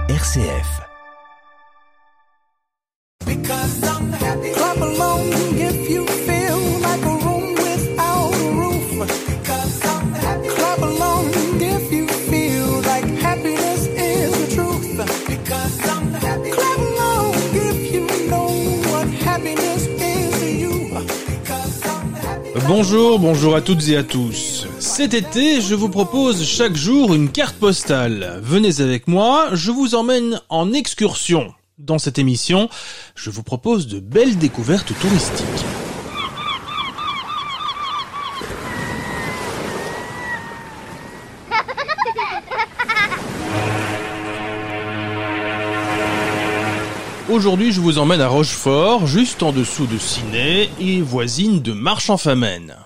RCF. Clap along if you feel like a room without a roof. Clap along if you feel like happiness is the truth. Clap along if you know what happiness is to you. Bonjour à toutes et à tous. Cet été, je vous propose chaque jour une carte postale. Venez avec moi, je vous emmène en excursion. Dans cette émission, je vous propose de belles découvertes touristiques. Aujourd'hui, je vous emmène à Rochefort, juste en dessous de Ciney et voisine de Marche-en-Famenne.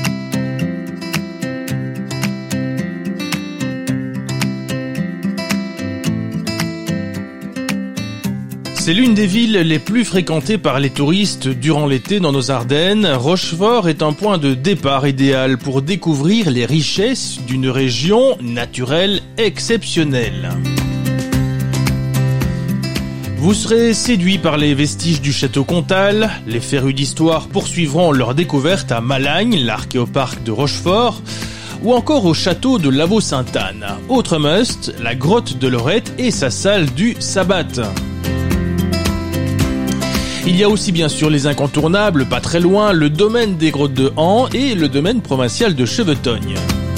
C'est l'une des villes les plus fréquentées par les touristes durant l'été dans nos Ardennes. Rochefort est un point de départ idéal pour découvrir les richesses d'une région naturelle exceptionnelle. Vous serez séduit par les vestiges du château Comtal. Les férus d'histoire poursuivront leur découverte à Malagne, l'archéoparc de Rochefort, ou encore au château de Lavaux-Sainte-Anne. Autre must, la grotte de Lorette et sa salle du Sabbat. Il y a aussi bien sûr les incontournables, pas très loin, le domaine des Grottes de Han et le domaine provincial de Chevetogne.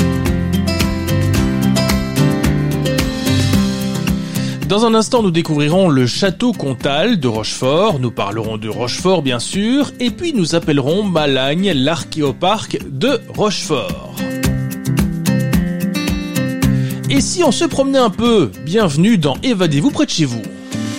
Dans un instant, nous découvrirons le château Comtal de Rochefort, nous parlerons de Rochefort bien sûr, et puis nous appellerons Malagne l'archéoparc de Rochefort. Et si on se promenait un peu, bienvenue dans Évadez-vous près de chez vous.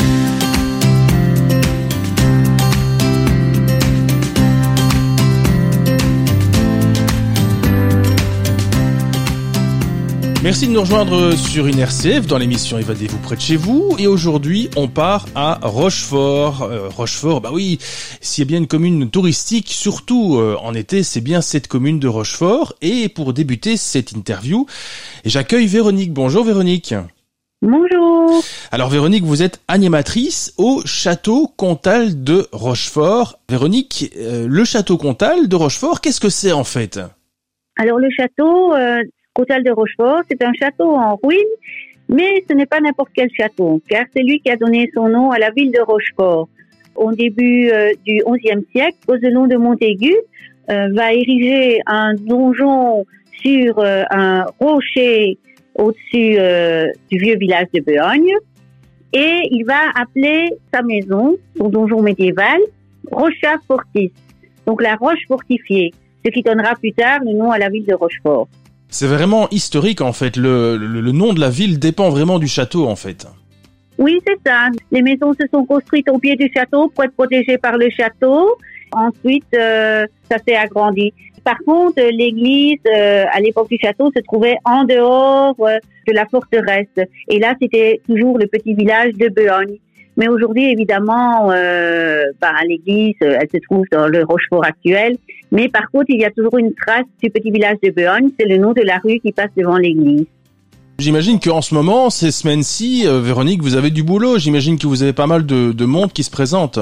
Merci de nous rejoindre sur une RCF dans l'émission Évadez-vous près de chez vous. Et aujourd'hui, on part à Rochefort. Rochefort, bah oui, s'il y a bien une commune touristique, surtout en été, c'est bien cette commune de Rochefort. Et pour débuter cette interview, j'accueille Véronique. Bonjour Véronique. Bonjour. Alors Véronique, vous êtes animatrice au château Comtal de Rochefort. Véronique, le château Comtal de Rochefort, qu'est-ce que c'est en fait ? Alors le château Comtal de Rochefort, c'est un château en ruine, mais ce n'est pas n'importe quel château, car c'est lui qui a donné son nom à la ville de Rochefort. Au début du XIe siècle, Poselon de Montaigu va ériger un donjon sur un rocher au-dessus du vieux village de Beogne, et il va appeler sa maison, son donjon médiéval, Rocha Fortis, donc la roche fortifiée, ce qui donnera plus tard le nom à la ville de Rochefort. C'est vraiment historique en fait, le nom de la ville dépend vraiment du château en fait. Oui, c'est ça. Les maisons se sont construites au pied du château pour être protégées par le château. Ensuite, ça s'est agrandi. Par contre, l'église, à l'époque du château, se trouvait en dehors de la forteresse. Et là, c'était toujours le petit village de Beogne. Mais aujourd'hui, évidemment, l'église, elle se trouve dans le Rochefort actuel. Mais par contre, il y a toujours une trace du petit village de Beogne. C'est le nom de la rue qui passe devant l'église. J'imagine qu'en ce moment, ces semaines-ci, Véronique, vous avez du boulot. J'imagine que vous avez pas mal de monde qui se présente.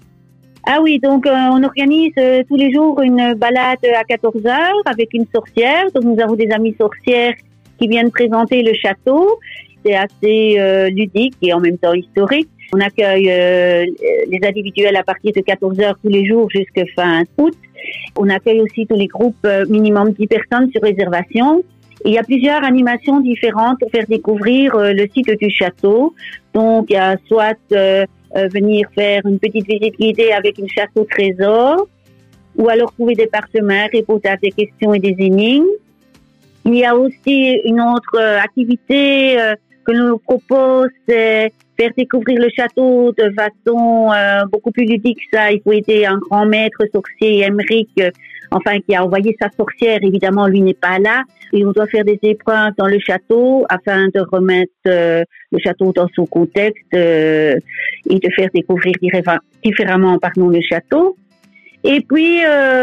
Ah oui, donc on organise tous les jours une balade à 14h avec une sorcière. Donc nous avons des amies sorcières qui viennent présenter le château. C'est assez ludique et en même temps historique. On accueille les individuels à partir de 14h tous les jours jusqu'à fin août. On accueille aussi tous les groupes minimum 10 personnes sur réservation. Et il y a plusieurs animations différentes pour faire découvrir le site du château. Donc, il y a soit venir faire une petite visite guidée avec une chasse au trésor, ou alors trouver des parchemins, répondre à des questions et des énigmes. Il y a aussi une autre activité que l'on propose, c'est faire découvrir le château de façon beaucoup plus ludique. Ça, il faut aider un grand maître sorcier, Émeric, qui a envoyé sa sorcière. Évidemment, lui n'est pas là. Et on doit faire des épreuves dans le château afin de remettre le château dans son contexte et de faire découvrir différemment le château. Et puis,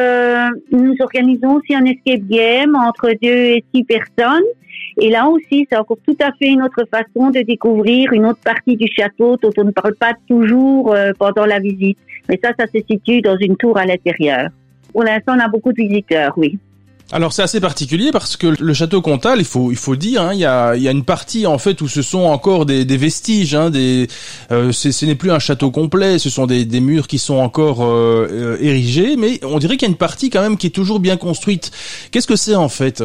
nous organisons aussi un escape game entre 2 et 6 personnes. Et là aussi, c'est encore tout à fait une autre façon de découvrir une autre partie du château dont on ne parle pas toujours pendant la visite. Mais ça se situe dans une tour à l'intérieur. Pour l'instant, on a beaucoup de visiteurs, oui. Alors c'est assez particulier parce que le château Comtal, il faut dire, hein, il y a une partie en fait où ce sont encore des vestiges, hein, ce n'est plus un château complet, ce sont des murs qui sont encore érigés, mais on dirait qu'il y a une partie quand même qui est toujours bien construite. Qu'est-ce que c'est en fait?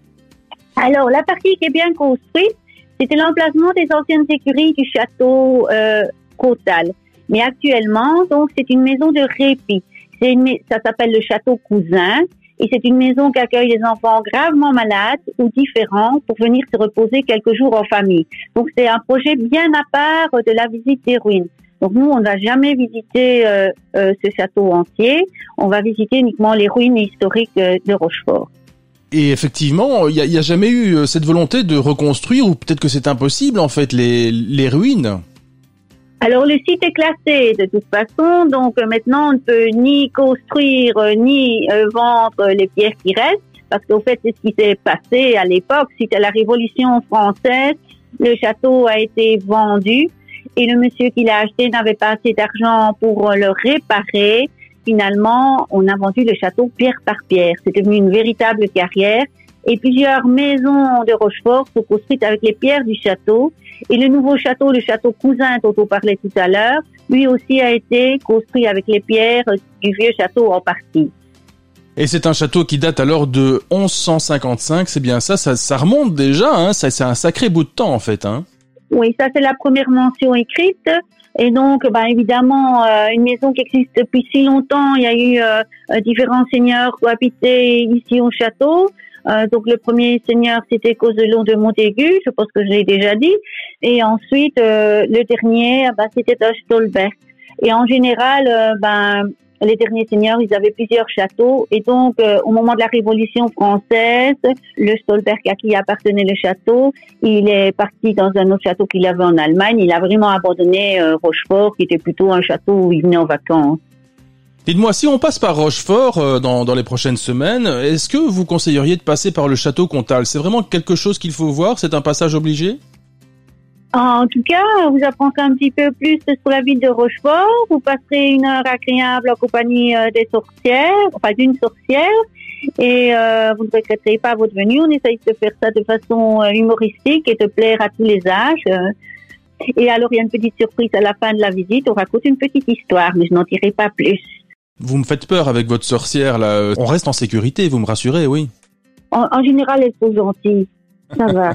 Alors la partie qui est bien construite, c'était l'emplacement des anciennes écuries du château Comtal. Mais actuellement, donc c'est une maison de répit. Ça s'appelle le château Cousin. Et c'est une maison qui accueille des enfants gravement malades ou différents pour venir se reposer quelques jours en famille. Donc c'est un projet bien à part de la visite des ruines. Donc nous, on ne va jamais visiter ce château entier. On va visiter uniquement les ruines historiques de Rochefort. Et effectivement, il y a jamais eu cette volonté de reconstruire, ou peut-être que c'est impossible en fait, les ruines. Alors le site est classé de toute façon, donc maintenant on ne peut ni construire ni vendre les pierres qui restent, parce qu'au fait c'est ce qui s'est passé à l'époque, suite à la Révolution française, le château a été vendu et le monsieur qui l'a acheté n'avait pas assez d'argent pour le réparer. Finalement, on a vendu le château pierre par pierre. C'est devenu une véritable carrière. Et plusieurs maisons de Rochefort sont construites avec les pierres du château. Et le nouveau château, le château Cousin dont on parlait tout à l'heure, lui aussi a été construit avec les pierres du vieux château en partie. Et c'est un château qui date alors de 1155, c'est bien ça, ça remonte déjà, hein, c'est un sacré bout de temps en fait. Hein. Oui, ça c'est la première mention écrite. Et donc, évidemment, une maison qui existe depuis si longtemps, il y a eu différents seigneurs qui habitaient ici au château. Donc le premier seigneur c'était Causelon de Montaigu, je pense que je l'ai déjà dit, et ensuite le dernier c'était Stolberg. Et en général les derniers seigneurs ils avaient plusieurs châteaux, et donc au moment de la Révolution française, le Stolberg à qui appartenait le château, il est parti dans un autre château qu'il avait en Allemagne. Il a vraiment abandonné Rochefort qui était plutôt un château où il venait en vacances. Dites-moi, si on passe par Rochefort dans les prochaines semaines, est-ce que vous conseilleriez de passer par le château Comtal? C'est vraiment quelque chose qu'il faut voir? C'est un passage obligé? En tout cas, vous apprendrez un petit peu plus sur la ville de Rochefort. Vous passerez une heure agréable en compagnie des sorcières, enfin d'une sorcière, et vous ne regretterez pas votre venue. On essaye de faire ça de façon humoristique et de plaire à tous les âges. Et alors, il y a une petite surprise à la fin de la visite. On raconte une petite histoire, mais je n'en dirai pas plus. Vous me faites peur avec votre sorcière, là. On reste en sécurité, vous me rassurez, oui. En général, elles sont gentilles. Ça va.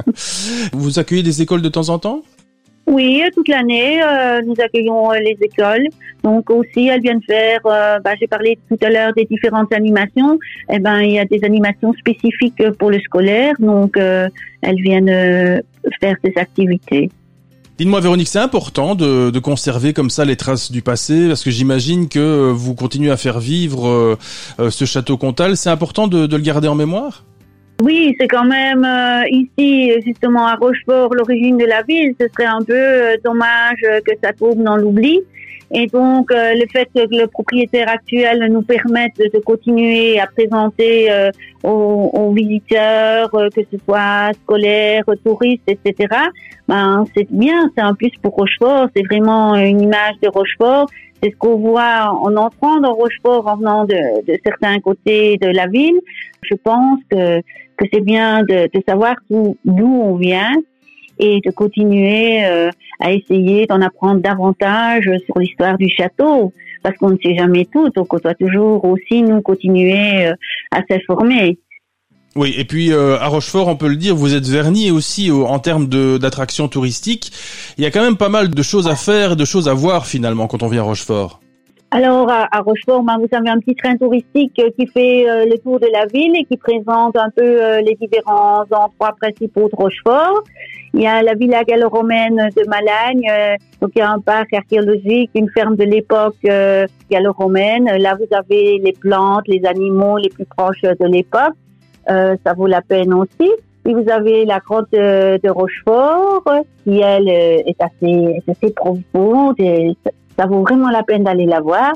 Vous accueillez des écoles de temps en temps? Oui, toute l'année, nous accueillons les écoles. Donc aussi, elles viennent faire, j'ai parlé tout à l'heure des différentes animations. Il y a des animations spécifiques pour le scolaire. Donc, elles viennent faire ces activités. Dites-moi Véronique, c'est important de conserver comme ça les traces du passé, parce que j'imagine que vous continuez à faire vivre ce château Comtal. C'est important de le garder en mémoire? Oui, c'est quand même ici, justement à Rochefort, l'origine de la ville. Ce serait un peu dommage que ça tombe dans l'oubli. Et donc, le fait que le propriétaire actuel nous permette de continuer à présenter aux visiteurs, que ce soit scolaires, touristes, etc., c'est bien, c'est un plus pour Rochefort. C'est vraiment une image de Rochefort. C'est ce qu'on voit en entrant dans Rochefort, en venant de certains côtés de la ville. Je pense que c'est bien de savoir d'où on vient et de continuer à essayer d'en apprendre davantage sur l'histoire du château, parce qu'on ne sait jamais tout, donc on doit toujours aussi nous continuer à s'informer. Oui, et puis à Rochefort, on peut le dire, vous êtes vernis aussi en termes d'attractions touristiques. Il y a quand même pas mal de choses à faire, de choses à voir finalement quand on vient à Rochefort. Alors à Rochefort, vous avez un petit train touristique qui fait le tour de la ville et qui présente un peu les différents endroits principaux de Rochefort. Il y a la villa gallo-romaine de Malagne, donc il y a un parc archéologique, une ferme de l'époque gallo-romaine. Là, vous avez les plantes, les animaux les plus proches de l'époque. Ça vaut la peine aussi. Et vous avez la grotte de Rochefort, qui elle est assez profonde et ça vaut vraiment la peine d'aller la voir.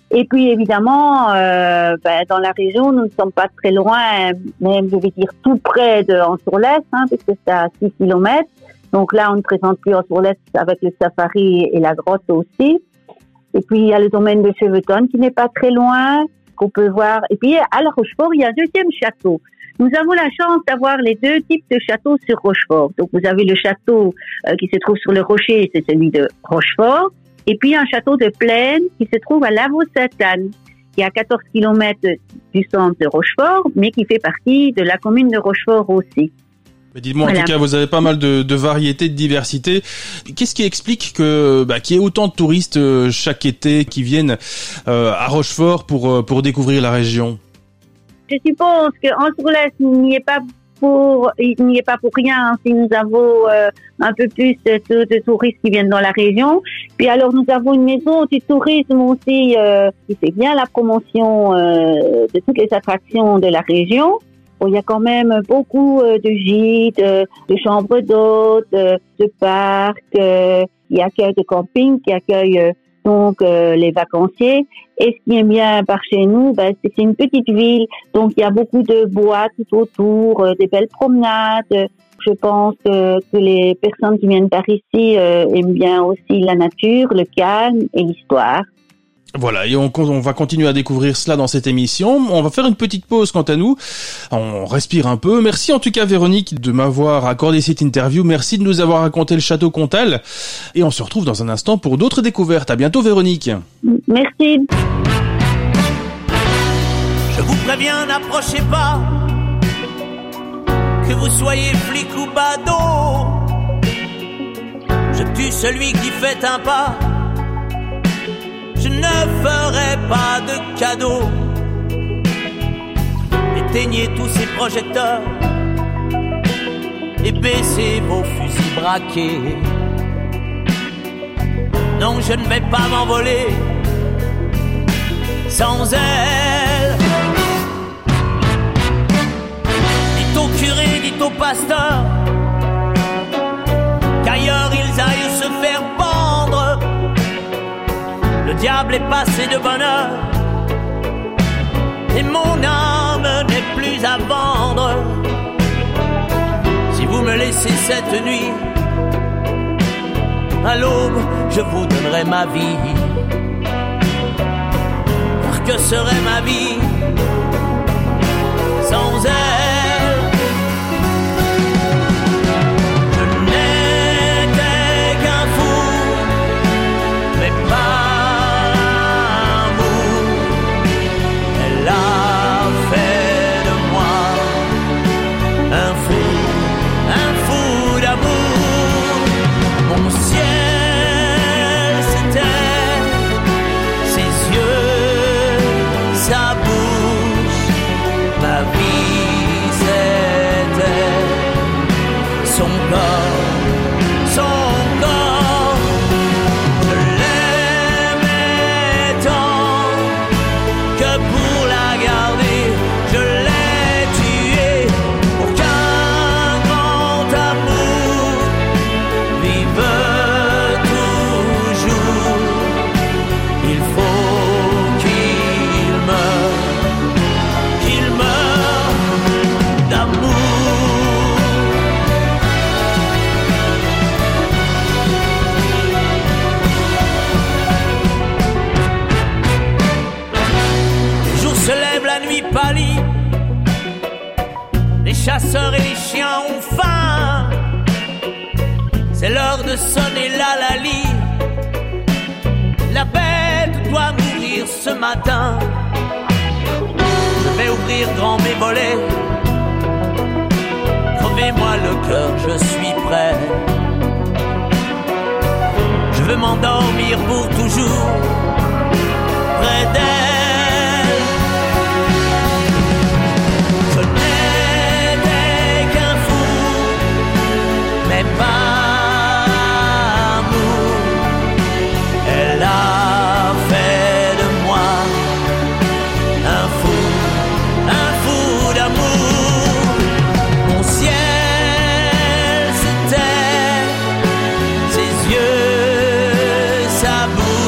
Et puis évidemment, dans la région, nous ne sommes pas très loin, même je vais dire tout près de Anse-sur-Lesse, puisque c'est à 6 kilomètres. Donc là, on ne présente plus Anse-sur-Lesse avec le safari et la grotte aussi. Et puis il y a le domaine de Chevetonne qui n'est pas très loin, qu'on peut voir. Et puis à la Rochefort, il y a un deuxième château. Nous avons la chance d'avoir les deux types de châteaux sur Rochefort. Donc vous avez le château qui se trouve sur le rocher, c'est celui de Rochefort. Et puis un château de plaine qui se trouve à Lavaux-Sainte-Anne, qui est à 14 kilomètres du centre de Rochefort, mais qui fait partie de la commune de Rochefort aussi. Mais dites-moi, en tout cas, vous avez pas mal de variétés, de diversité. Qu'est-ce qui explique qu'il y ait autant de touristes chaque été qui viennent à Rochefort pour découvrir la région? Je suppose qu'Anse-sur-Lesse n'y est pas pour rien si nous avons un peu plus de touristes qui viennent dans la région. Puis alors nous avons une maison du tourisme aussi qui fait bien la promotion de toutes les attractions de la région. Bon, il y a quand même beaucoup de gîtes, de chambres d'hôtes, de parcs, qui accueillent de camping, qui accueillent donc les vacanciers. Et ce qui est bien par chez nous, c'est que c'est une petite ville, donc il y a beaucoup de bois tout autour, des belles promenades. Je pense que les personnes qui viennent par ici aiment bien aussi la nature, le calme et l'histoire. Voilà, et on va continuer à découvrir cela dans cette émission. On va faire une petite pause quant à nous. On respire un peu. Merci en tout cas Véronique de m'avoir accordé cette interview. Merci de nous avoir raconté le château Comtal. Et on se retrouve dans un instant pour d'autres découvertes. À bientôt Véronique. Merci. Je vous préviens, n'approchez pas, que vous soyez flic ou badaud. Je tue celui qui fait un pas. Je ne ferai pas de cadeau. Éteignez tous ces projecteurs et baissez vos fusils braqués. Non, je ne vais pas m'envoler sans elle. Dites au curé, dites au pasteur qu'ailleurs ils aillent se faire pendre. Le diable est passé de bonne heure et mon âme n'est plus à vendre. Si vous me laissez cette nuit, à l'aube, je vous donnerai ma vie. Car que serait ma vie sans elle? Chasseurs et les chiens ont faim. C'est l'heure de sonner la lie. La bête doit mourir ce matin. Je vais ouvrir grand mes volets. Crevez-moi le cœur, je suis prêt. Je veux m'endormir pour toujours près d'elle. Elle a fait de moi un fou d'amour. Mon ciel c'était ses yeux, sa bouche.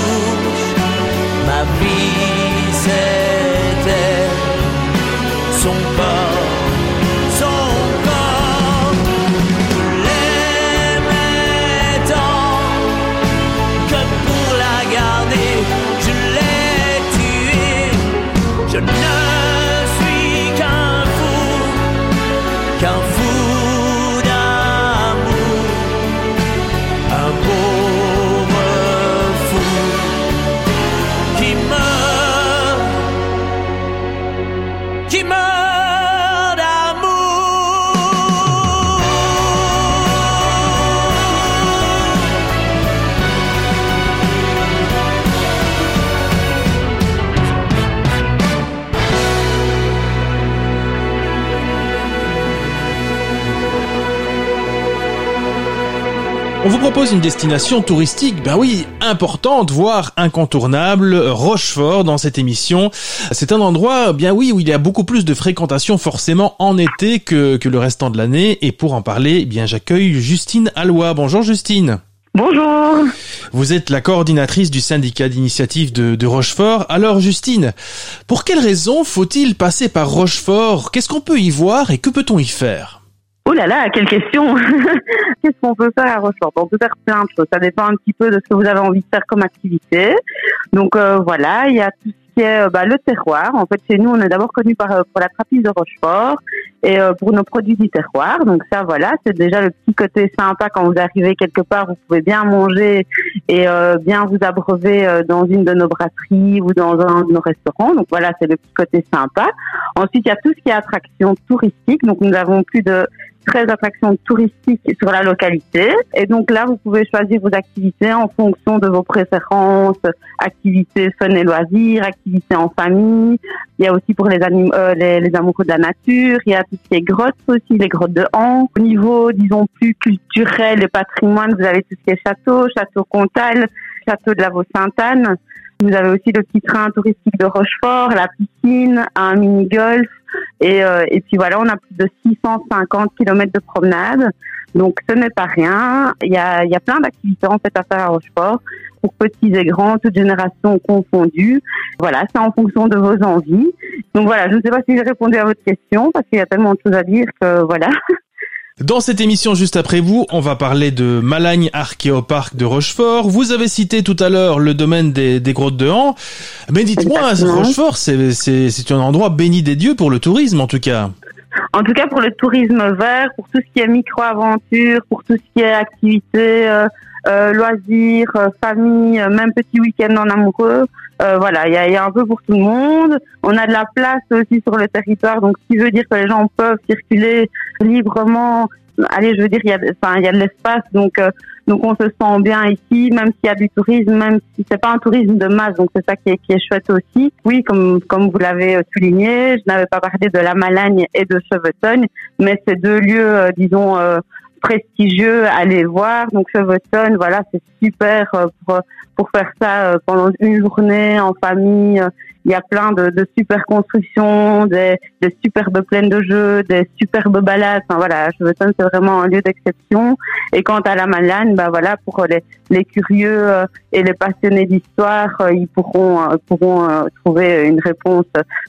On vous propose une destination touristique, importante, voire incontournable, Rochefort dans cette émission. C'est un endroit, où il y a beaucoup plus de fréquentation forcément en été que le restant de l'année. Et pour en parler, j'accueille Justine Alloy. Bonjour Justine. Bonjour. Vous êtes la coordinatrice du syndicat d'initiative de Rochefort. Alors Justine, pour quelles raisons faut-il passer par Rochefort? Qu'est-ce qu'on peut y voir et que peut-on y faire? Oh là là, quelle question. Qu'est-ce qu'on peut faire à Rochefort? On peut faire plein de choses. Ça dépend un petit peu de ce que vous avez envie de faire comme activité. Donc il y a tout ce qui est le terroir. En fait, chez nous, on est d'abord connu pour la trapise de Rochefort et pour nos produits du terroir. Donc ça, c'est déjà le petit côté sympa quand vous arrivez quelque part. Vous pouvez bien manger et bien vous abreuver dans une de nos brasseries ou dans un de nos restaurants. Donc voilà, c'est le petit côté sympa. Ensuite, il y a tout ce qui est attractions touristiques. Donc nous avons plus de 13 attractions touristiques sur la localité. Et donc là, vous pouvez choisir vos activités en fonction de vos préférences, activités fun et loisirs, activités en famille. Il y a aussi pour les amoureux de la nature. Il y a tout ce qui est grottes aussi, les grottes de Han. Au niveau, disons, plus culturel et patrimoine, vous avez tout ce qui est château Comtal, château de la Vaux-Sainte-Anne. Vous avez aussi le petit train touristique de Rochefort, la piscine, un mini-golf. Et puis voilà, on a plus de 650 kilomètres de promenade. Donc ce n'est pas rien. Il y a plein d'activités en fait à faire à Rochefort, pour petits et grands, toutes générations confondues. Voilà, c'est en fonction de vos envies. Donc voilà, je ne sais pas si j'ai répondu à votre question, parce qu'il y a tellement de choses à dire que voilà. Dans cette émission juste après vous, on va parler de Malagne Archéoparc de Rochefort. Vous avez cité tout à l'heure le domaine des grottes de Han. Mais dites-moi, Rochefort, c'est un endroit béni des dieux pour le tourisme en tout cas. En tout cas pour le tourisme vert, pour tout ce qui est micro-aventure, pour tout ce qui est activités, loisirs, famille, même petit week-end en amoureux. Il y a un peu pour tout le monde. On a de la place aussi sur le territoire, donc ce qui veut dire que les gens peuvent circuler librement. Allez, je veux dire, il y a de l'espace, donc on se sent bien ici, même s'il y a du tourisme, même si c'est pas un tourisme de masse, donc c'est ça qui est chouette aussi. Oui, comme vous l'avez souligné, je n'avais pas parlé de la Malagne et de Chevetogne, mais c'est deux lieux, prestigieux à aller voir. Donc Chevetogne, c'est super pour faire ça pendant une journée en famille. Il y a plein de super constructions, des superbes plaines de jeux, des superbes balades. Chevetogne, c'est vraiment un lieu d'exception. Et quant à la Malagne, pour les curieux et les passionnés d'histoire, ils pourront trouver une réponse.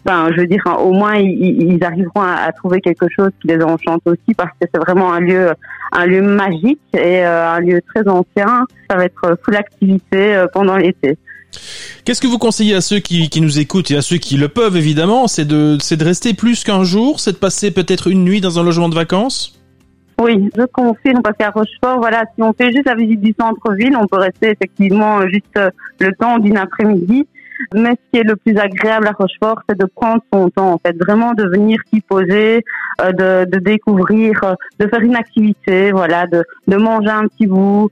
Au moins ils arriveront à trouver quelque chose qui les enchante aussi, parce que c'est vraiment un lieu magique et un lieu très ancien. Ça va être full activité pendant l'été. Qu'est-ce que vous conseillez à ceux qui nous écoutent et à ceux qui le peuvent évidemment, c'est de rester plus qu'un jour, c'est de passer peut-être une nuit dans un logement de vacances? Oui, je confirme, parce qu'à Rochefort, si on fait juste la visite du centre-ville, on peut rester effectivement juste le temps d'une après-midi. Mais ce qui est le plus agréable à Rochefort, c'est de prendre son temps, en fait, vraiment de venir s'y poser, de découvrir, de faire une activité, de manger un petit bout,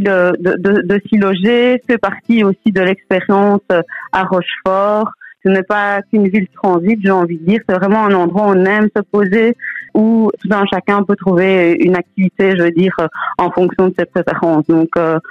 de s'y loger, fait partie aussi de l'expérience à Rochefort. Ce n'est pas qu'une ville transit, j'ai envie de dire, c'est vraiment un endroit où on aime se poser, où tout un chacun peut trouver une activité, en fonction de ses préférences. Donc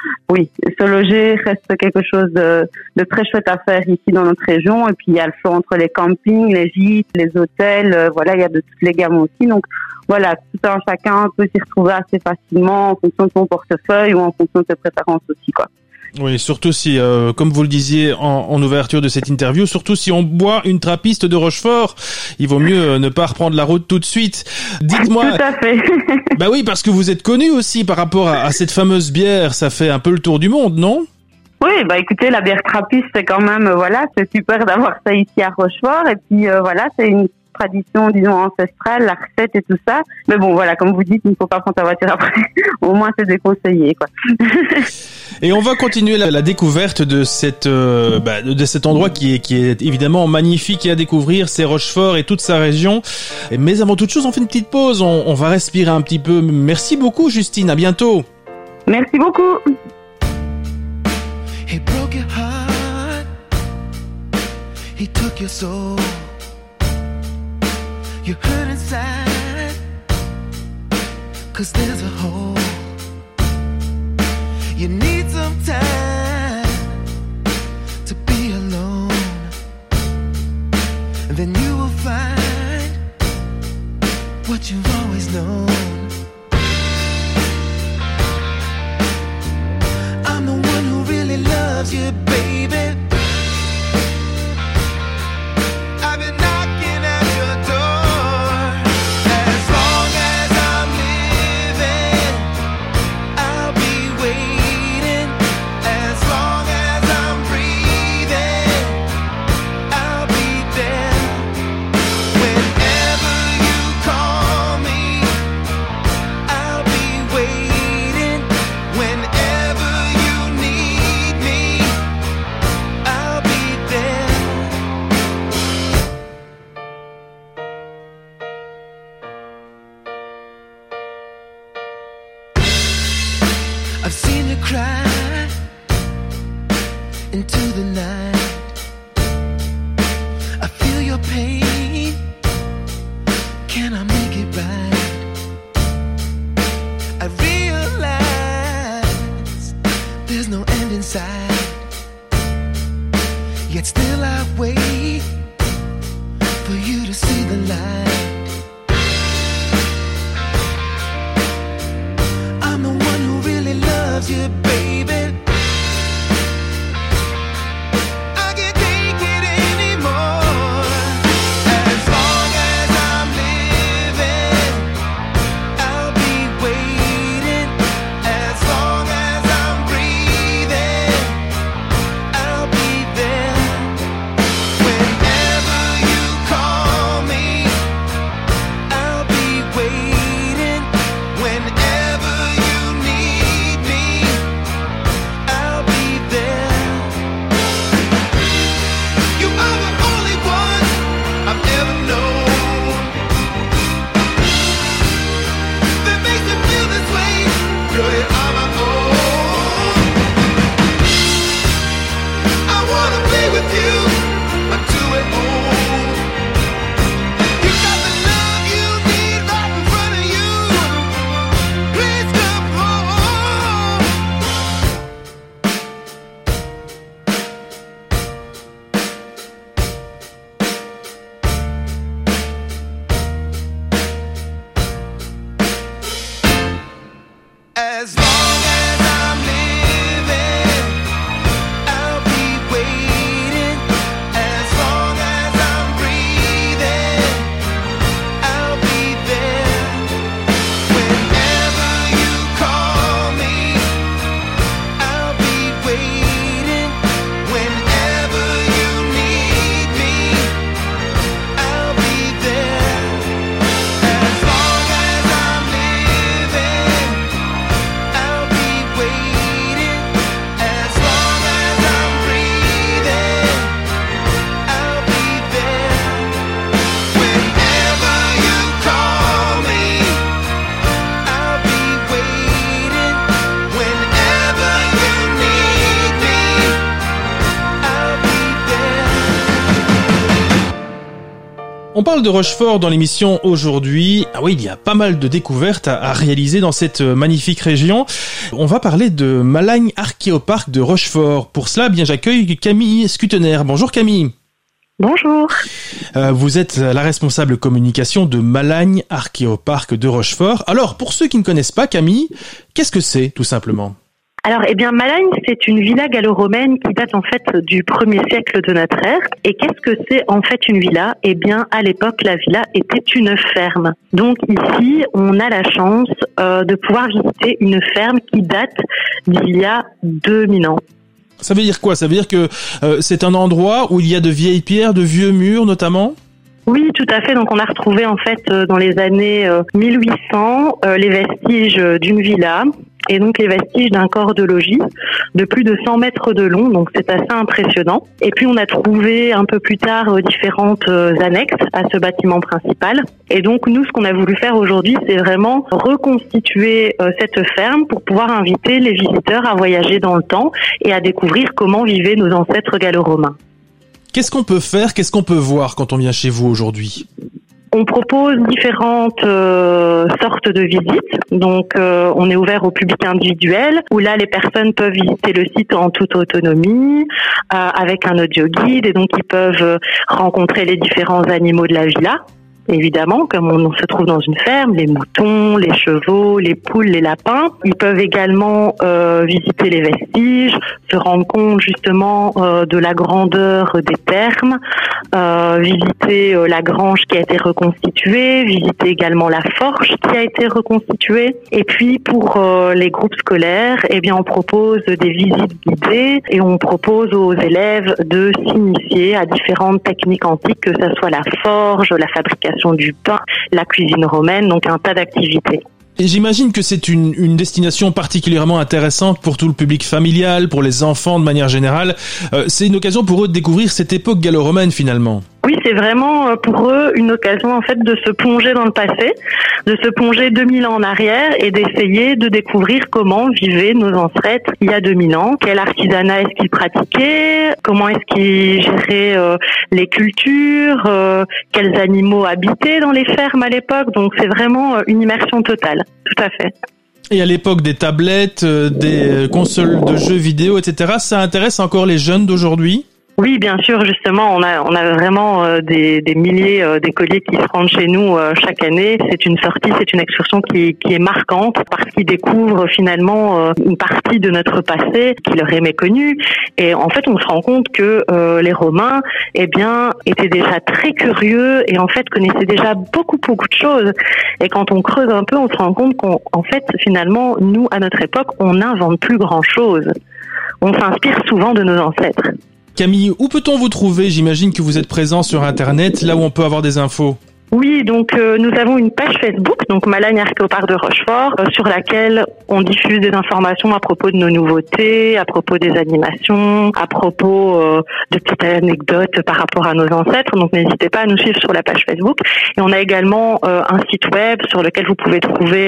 se loger reste quelque chose de très chouette à faire ici dans notre région. Et puis il y a le choix entre les campings, les gîtes, les hôtels, il y a de toutes les gammes aussi. Donc tout un chacun peut s'y retrouver assez facilement en fonction de son portefeuille ou en fonction de ses préférences aussi, quoi. Oui, surtout si, comme vous le disiez en ouverture de cette interview, surtout si on boit une trappiste de Rochefort, il vaut mieux ne pas reprendre la route tout de suite. Dites-moi. Tout à fait. Oui, parce que vous êtes connu aussi par rapport à cette fameuse bière, ça fait un peu le tour du monde, non? Oui, écoutez, la bière trappiste, c'est quand même, c'est super d'avoir ça ici à Rochefort. Et puis, c'est une tradition, disons, ancestrale, la recette et tout ça. Mais bon, comme vous dites, il ne faut pas prendre sa voiture après. Au moins, c'est déconseillé, quoi. Et on va continuer la découverte de cet endroit qui est évidemment magnifique et à découvrir, c'est Rochefort et toute sa région. Mais avant toute chose, on fait une petite pause, on va respirer un petit peu. Merci beaucoup, Justine, à bientôt. Merci beaucoup. He broke your heart, he took your soul, you hurt inside, 'cause there's a hole. You need some time to be alone, and then you will find what you've always known. I'm the one who really loves you, baby. I've been knocking at your door. As long as I'm living, I'll be waiting. As long as I'm breathing, I'll be there. Whenever you call me, I'll be waiting. Whenever you need me, I'll be there. I've seen you cry into the night. I feel your pain. Can I make it right? I realize there's no end in sight. Yet still I wait for you to see the light. I'm the one who really loves you, baby. I can't take it anymore. As long as I'm living, I'll be waiting. As long as I'm breathing, I'll be there. Whenever you call me, I'll be waiting. Whenever you need me, I'll be there. You are the only one I've ever known that makes me feel this way. Girl, you are my own. I wanna be with you until we're old. You got the love you need right in front of you. Please come home. As long as I'm living, I'll be waiting. As long as I'm breathing, I'll be there. Whenever you call me, I'll be waiting. Whenever you need me, I'll be there. As long as I'm living, I'll be waiting. As long as I'm breathing, I'll be there. Whenever you call me, I'll be waiting. Whenever you need me, I'll be there. On parle de Rochefort dans l'émission aujourd'hui. Ah oui, il y a pas mal de découvertes à réaliser dans cette magnifique région. On va parler de Malagne Archéoparc de Rochefort. Pour cela, bien j'accueille Camille Scutener. Bonjour Camille. Bonjour. Vous êtes la responsable communication de Malagne Archéoparc de Rochefort. Alors, pour ceux qui ne connaissent pas Camille, qu'est-ce que c'est tout simplement ? Alors, Malagne, c'est une villa gallo-romaine qui date en fait du 1er siècle de notre ère. Et qu'est-ce que c'est en fait une villa ? À l'époque, la villa était une ferme. Donc ici, on a la chance de pouvoir visiter une ferme qui date d'il y a 2000 ans. Ça veut dire quoi ? Ça veut dire que c'est un endroit où il y a de vieilles pierres, de vieux murs notamment ? Oui, tout à fait. Donc, on a retrouvé en fait dans les années 1800 les vestiges d'une villa et donc les vestiges d'un corps de logis de plus de 100 mètres de long. Donc, c'est assez impressionnant. Et puis, on a trouvé un peu plus tard différentes annexes à ce bâtiment principal. Et donc, nous, ce qu'on a voulu faire aujourd'hui, c'est vraiment reconstituer cette ferme pour pouvoir inviter les visiteurs à voyager dans le temps et à découvrir comment vivaient nos ancêtres gallo-romains. Qu'est-ce qu'on peut faire ? Qu'est-ce qu'on peut voir quand on vient chez vous aujourd'hui ? On propose différentes sortes de visites. Donc, on est ouvert au public individuel, où là, les personnes peuvent visiter le site en toute autonomie, avec un audio guide, et donc ils peuvent rencontrer les différents animaux de la villa. Évidemment, comme on se trouve dans une ferme, les moutons, les chevaux, les poules, les lapins. Ils peuvent également visiter les vestiges, se rendre compte justement de la grandeur des thermes, visiter la grange qui a été reconstituée, visiter également la forge qui a été reconstituée. Et puis pour les groupes scolaires, eh bien on propose des visites guidées et on propose aux élèves de s'initier à différentes techniques antiques, que ce soit la forge, la fabrication du pain, la cuisine romaine, donc un tas d'activités. Et j'imagine que c'est une destination particulièrement intéressante pour tout le public familial, pour les enfants de manière générale. C'est une occasion pour eux de découvrir cette époque gallo-romaine finalement. Oui, c'est vraiment pour eux une occasion en fait de se plonger dans le passé, de se plonger 2000 ans en arrière et d'essayer de découvrir comment vivaient nos ancêtres il y a 2000 ans, quel artisanat est-ce qu'ils pratiquaient, comment est-ce qu'ils géraient les cultures, quels animaux habitaient dans les fermes à l'époque. Donc c'est vraiment une immersion totale, tout à fait. Et à l'époque des tablettes, des consoles de jeux vidéo, etc., ça intéresse encore les jeunes d'aujourd'hui ? Oui, bien sûr, justement, on a vraiment des milliers d'écoliers qui se rendent chez nous chaque année. C'est une sortie, c'est une excursion qui est marquante parce qu'ils découvrent finalement une partie de notre passé qui leur est méconnue. Et en fait, on se rend compte que les Romains, eh bien, étaient déjà très curieux et en fait connaissaient déjà beaucoup de choses. Et quand on creuse un peu, on se rend compte qu'en fait, finalement, nous, à notre époque, on n'invente plus grand-chose. On s'inspire souvent de nos ancêtres. Camille, où peut-on vous trouver ? J'imagine que vous êtes présent sur Internet, là où on peut avoir des infos. Oui, donc nous avons une page Facebook, donc Malagne Archéoparc de Rochefort, sur laquelle on diffuse des informations à propos de nos nouveautés, à propos des animations, à propos de petites anecdotes par rapport à nos ancêtres. Donc n'hésitez pas à nous suivre sur la page Facebook. Et on a également un site web sur lequel vous pouvez trouver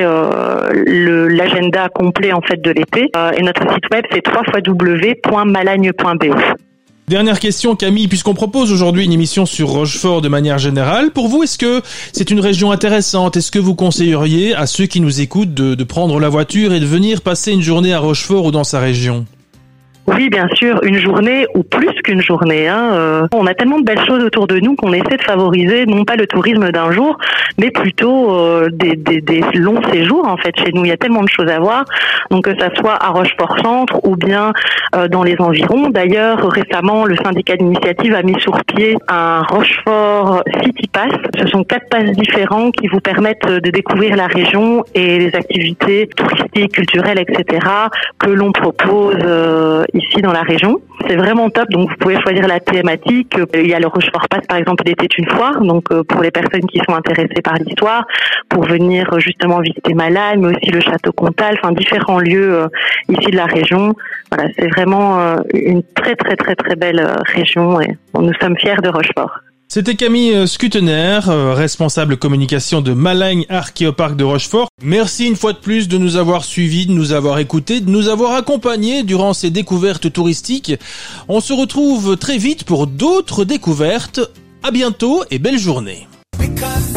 l'agenda complet en fait de l'été. Et notre site web c'est www.malagne.be. Dernière question, Camille, puisqu'on propose aujourd'hui une émission sur Rochefort de manière générale, pour vous, est-ce que c'est une région intéressante ? Est-ce que vous conseilleriez à ceux qui nous écoutent de prendre la voiture et de venir passer une journée à Rochefort ou dans sa région ? Oui, bien sûr, une journée ou plus qu'une journée. On a tellement de belles choses autour de nous qu'on essaie de favoriser non pas le tourisme d'un jour, mais plutôt des longs séjours en fait chez nous. Il y a tellement de choses à voir, donc que ça soit à Rochefort Centre ou bien dans les environs. D'ailleurs, récemment, le syndicat d'initiative a mis sur pied un Rochefort City Pass. Ce sont 4 passes différents qui vous permettent de découvrir la région et les activités touristiques, culturelles, etc. que l'on propose ici dans la région. C'est vraiment top, donc vous pouvez choisir la thématique. Il y a le Rochefort Pass par exemple, il était une foire, donc pour les personnes qui sont intéressées par l'histoire, pour venir justement visiter Malagne, mais aussi le château Comtal, enfin différents lieux ici de la région. Voilà, c'est vraiment une très belle région et nous sommes fiers de Rochefort. C'était Camille Scutener, responsable communication de Malagne Archéoparc de Rochefort. Merci une fois de plus de nous avoir suivis, de nous avoir écoutés, de nous avoir accompagnés durant ces découvertes touristiques. On se retrouve très vite pour d'autres découvertes. À bientôt et belle journée. Because